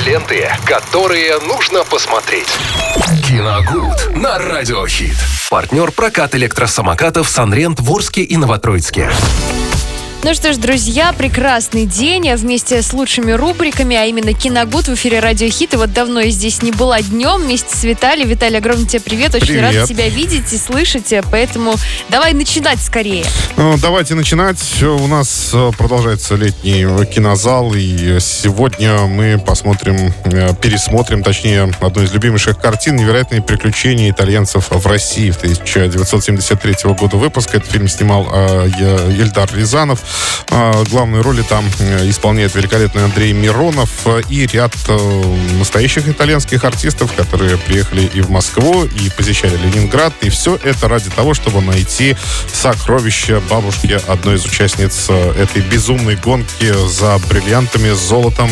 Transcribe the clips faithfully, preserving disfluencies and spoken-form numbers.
Ленты, которые нужно посмотреть. Киногуд на Радиохит. Партнер прокат электросамокатов «Санрент» в Орске и Новотроицке. Ну что ж, друзья, прекрасный день, а вместе с лучшими рубриками, а именно «Киногуд» в эфире «Радио Хит». И вот давно я здесь не была днем вместе с Виталием. Виталий, огромный тебе привет. Очень Привет. рада тебя видеть и слышать, поэтому давай начинать скорее. Ну, давайте начинать. У нас продолжается летний кинозал, и сегодня мы посмотрим, пересмотрим, точнее, одну из любимейших картин «Невероятные приключения итальянцев в России» тысяча девятьсот семьдесят третьего года выпуска. Этот фильм снимал Эльдар Рязанов. Главные роли там исполняет великолепный Андрей Миронов и ряд настоящих итальянских артистов, которые приехали и в Москву, и посещали Ленинград. И все это ради того, чтобы найти сокровища бабушки одной из участниц этой безумной гонки за бриллиантами, золотом,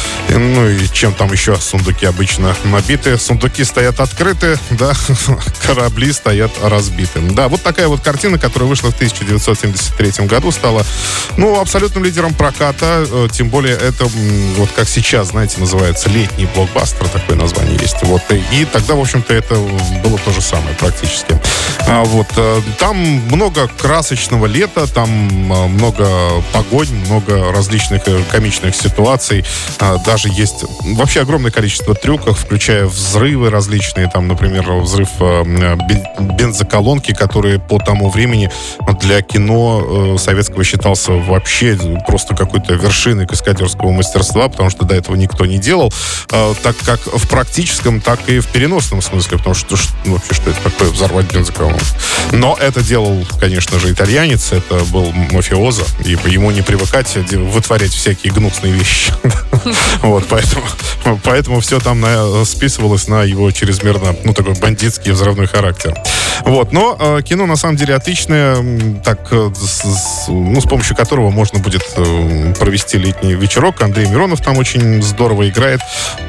ну и чем там еще сундуки обычно набиты. Сундуки стоят открыты, да, корабли стоят разбиты. Да, вот такая вот картина, которая вышла в тысяча девятьсот семьдесят третьем году, стала, ну, абсолютным лидером проката. Тем более это, вот как сейчас, знаете, называется летний блокбастер, такое название есть. Вот, и тогда, в общем-то, это было то же самое практически. А вот, там много красочного лета, там много погонь, много различных комичных ситуаций. Даже есть вообще огромное количество трюков, включая взрывы различные. Там, например, взрыв бензоколонки, который по тому времени для кино советского считался вообще просто какой-то вершиной каскадерского мастерства, потому что до этого никто не делал, так как в практическом, так и в переносном смысле, потому что ну, вообще, что это такое, взорвать бензоколонку. Но это делал, конечно же, итальянец, это был мафиоза, и ему не привыкать вытворять всякие гнусные вещи. Вот, поэтому, поэтому все там на, списывалось на его чрезмерно, ну, такой бандитский взрывной характер. Вот, но э, кино на самом деле отличное, так, э, с, ну, с помощью которого можно будет э, провести летний вечерок. Андрей Миронов там очень здорово играет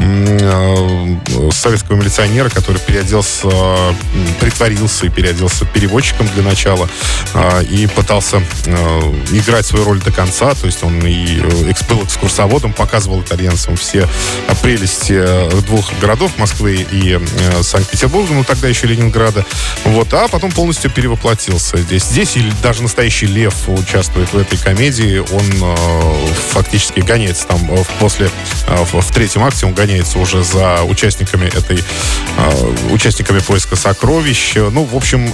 э, советского милиционера, который переоделся, э, притворился и переоделся переводчиком для начала э, и пытался э, играть свою роль до конца. То есть он и э, был экскурсоводом, показывал итальянцам все прелести двух городов, Москвы и э, Санкт-Петербурга, ну тогда еще Ленинграда. Вот, а потом полностью перевоплотился здесь. Здесь или даже настоящий лев участвует в этой комедии. Он э, фактически гоняется там э, после, э, в, в третьем акте он гоняется уже за участниками этой, э, участниками поиска сокровищ. Ну, в общем,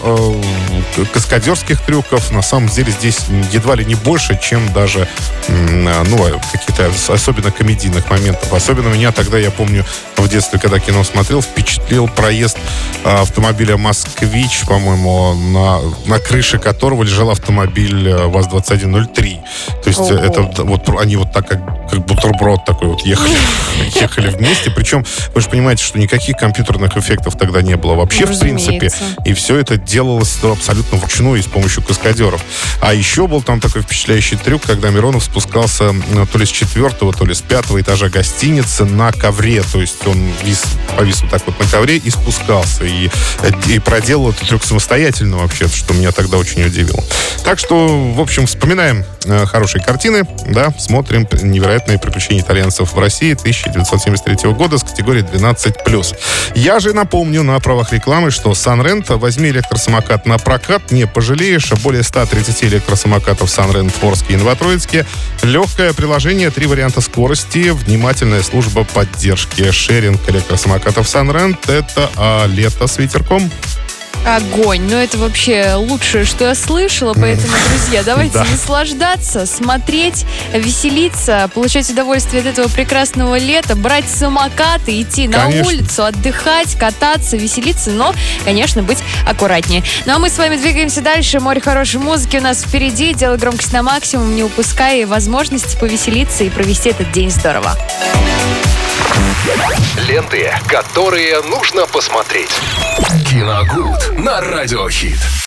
э, каскадерских трюков на самом деле здесь едва ли не больше, чем даже э, ну, каких-то особенно комедийных моментов. Особенно меня тогда, я помню, в детстве, когда кино смотрел, впечатлил проезд э, автомобиля «Москвич», по-моему, на, на крыше которого лежал автомобиль ВАЗ двадцать один ноль три. То есть Ого. это вот они вот так, как, как бутерброд такой вот ехали, ехали вместе. Причем, вы же понимаете, что никаких компьютерных эффектов тогда не было вообще, в принципе. И все это делалось абсолютно вручную и с помощью каскадеров. А еще был там такой впечатляющий трюк, когда Миронов спускался то ли с четвертого, то ли с пятого этажа гостиницы на ковре. То есть он вис, повис вот так вот на ковре и спускался. И, и проделал этот трюк самостоятельно вообще, что меня тогда очень удивило. Так что, в общем, вспоминаем э, хорошие картины, да, смотрим «Невероятные приключения итальянцев в России» тысяча девятьсот семьдесят третьего года с категории двенадцать плюс. Я же напомню на правах рекламы, что «Санрент», возьми электросамокат на прокат, не пожалеешь. Более ста тридцати электросамокатов «Санрент» в Орске и Новотроицке. Легкое приложение, три варианта скорости, внимательная служба поддержки. Шеринг электросамокатов «Санрент» — это а, лето с ветерком. Огонь. Ну, это вообще лучшее, что я слышала. Поэтому, друзья, давайте да. наслаждаться, смотреть, веселиться, получать удовольствие от этого прекрасного лета, брать самокаты, идти конечно. на улицу, отдыхать, кататься, веселиться, но, конечно, быть аккуратнее. Ну, а мы с вами двигаемся дальше. Море хорошей музыки у нас впереди. Делай громкость на максимум, не упускай возможности повеселиться и провести этот день здорово. Ленты, которые нужно посмотреть. Киногуд на Радиохит.